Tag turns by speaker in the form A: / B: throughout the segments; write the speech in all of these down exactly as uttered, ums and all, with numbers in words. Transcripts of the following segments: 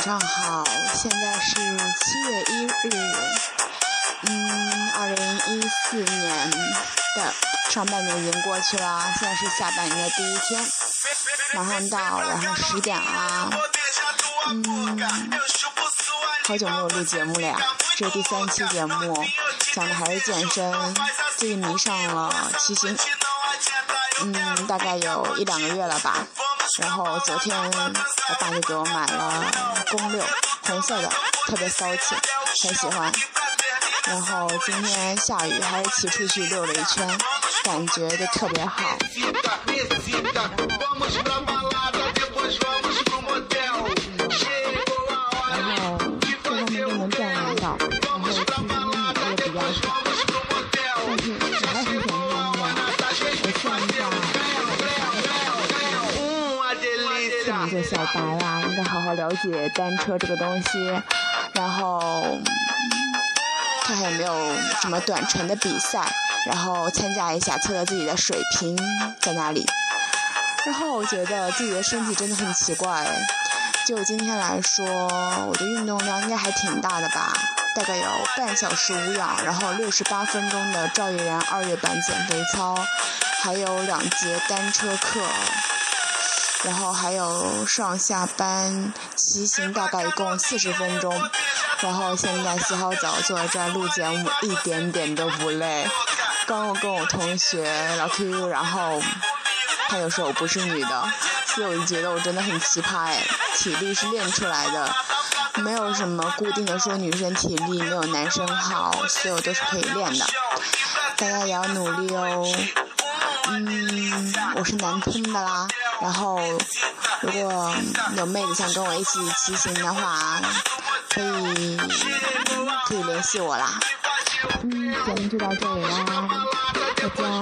A: 上好，现在是七月一日，嗯，二零一四年的上半年已经过去了，现在是下半年的第一天，马上到晚上十点啦，嗯，好久没有录节目了呀，这是第三期节目，讲的还是健身，最近迷上了骑行，嗯，大概有一两个月了吧。然后昨天我爸就给我买了公六，红色的，特别骚气，很喜欢。然后今天下雨，还是骑出去溜了一圈，感觉就特别好。然后这上面都能锻炼到，然后其实女的也比较少，但是我还很想锻炼。我算一下。这么一个小白啊，应该好好了解单车这个东西，然后看看有没有什么短程的比赛，然后参加一下，测测自己的水平在哪里。然后我觉得自己的身体真的很奇怪，就今天来说，我的运动量应该还挺大的吧，大概有半小时无氧，然后六十八分钟的赵毅然二月版减肥操，还有两节单车课。然后还有上下班骑行，大概一共四十分钟。然后现在洗好澡坐在这儿录节目，一点点都不累。刚我跟我同学老 Q， 然后他有说我不是女的，所以我就觉得我真的很奇葩哎，体力是练出来的，没有什么固定的说女生体力没有男生好，所有都是可以练的。大家也要努力哦。嗯，我是南通的啦。然后，如果有妹子想跟我一起骑行的话，可以可以联系我啦。嗯，节目就到这里啦，大家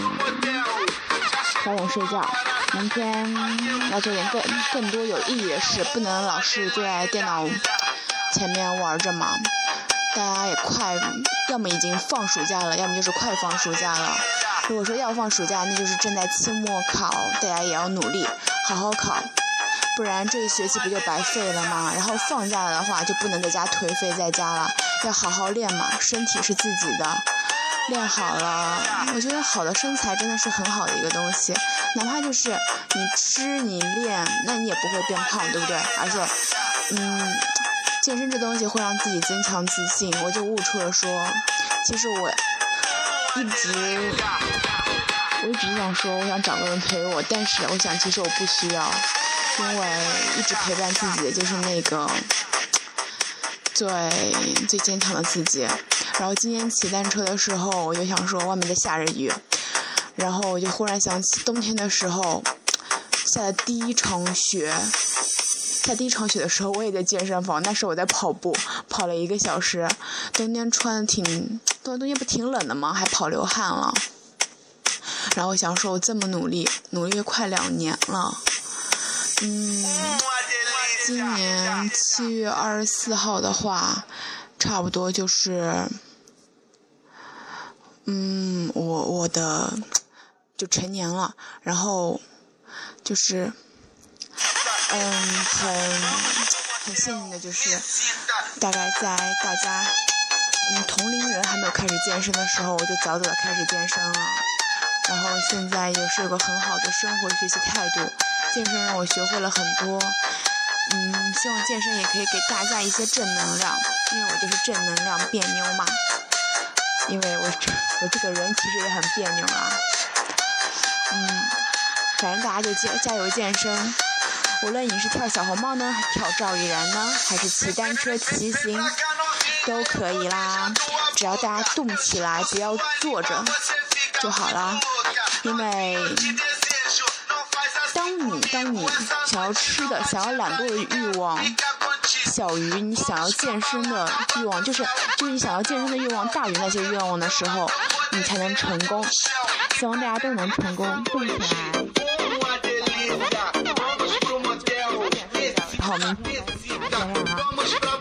A: 早点睡觉，明天要做点更更多有意义的事，不能老是坐在电脑前面玩着嘛。大家也快，要么已经放暑假了，要么就是快放暑假了。如果说要放暑假，那就是正在期末考，大家也要努力好好考，不然这一学期不就白费了吗？然后放假了的话就不能在家颓废在家了，要好好练嘛，身体是自己的，练好了，我觉得好的身材真的是很好的一个东西，哪怕就是你吃你练，那你也不会变胖，对不对？而且嗯健身这东西会让自己增强自信，我就悟出了说，其实我一直我一直想说我想找个人陪我，但是我想其实我不需要，因为一直陪伴自己的就是那个最最坚强的自己。然后今天骑单车的时候，我就想说外面在下着雨，然后我就忽然想起冬天的时候下的第一场雪，下第一场雪的时候我也在健身房，那时候我在跑步，跑了一个小时，冬天穿的挺冬天不挺冷的吗？还跑流汗了。然后我想说我这么努力努力快两年了，嗯今年七月二十四号的话差不多就是嗯我我的就成年了，然后就是嗯很很幸运的就是大概在大家嗯同龄人还没有开始健身的时候，我就早早的开始健身了，然后现在也是有个很好的生活学习态度，健身让我学会了很多，嗯，希望健身也可以给大家一些正能量，因为我就是正能量别扭嘛，因为我我这个人其实也很别扭啦，嗯，反正大家就加加油健身，无论你是跳小红帽呢，跳赵毅然呢，还是骑单车骑行都可以啦，只要大家动起来，不要坐着就好啦。因为当你当你想要吃的想要懒惰的欲望小于你想要健身的欲望，就是就是你想要健身的欲望大于那些愿望的时候，你才能成功。希望大家都能成功，动起来。好，明天见啦。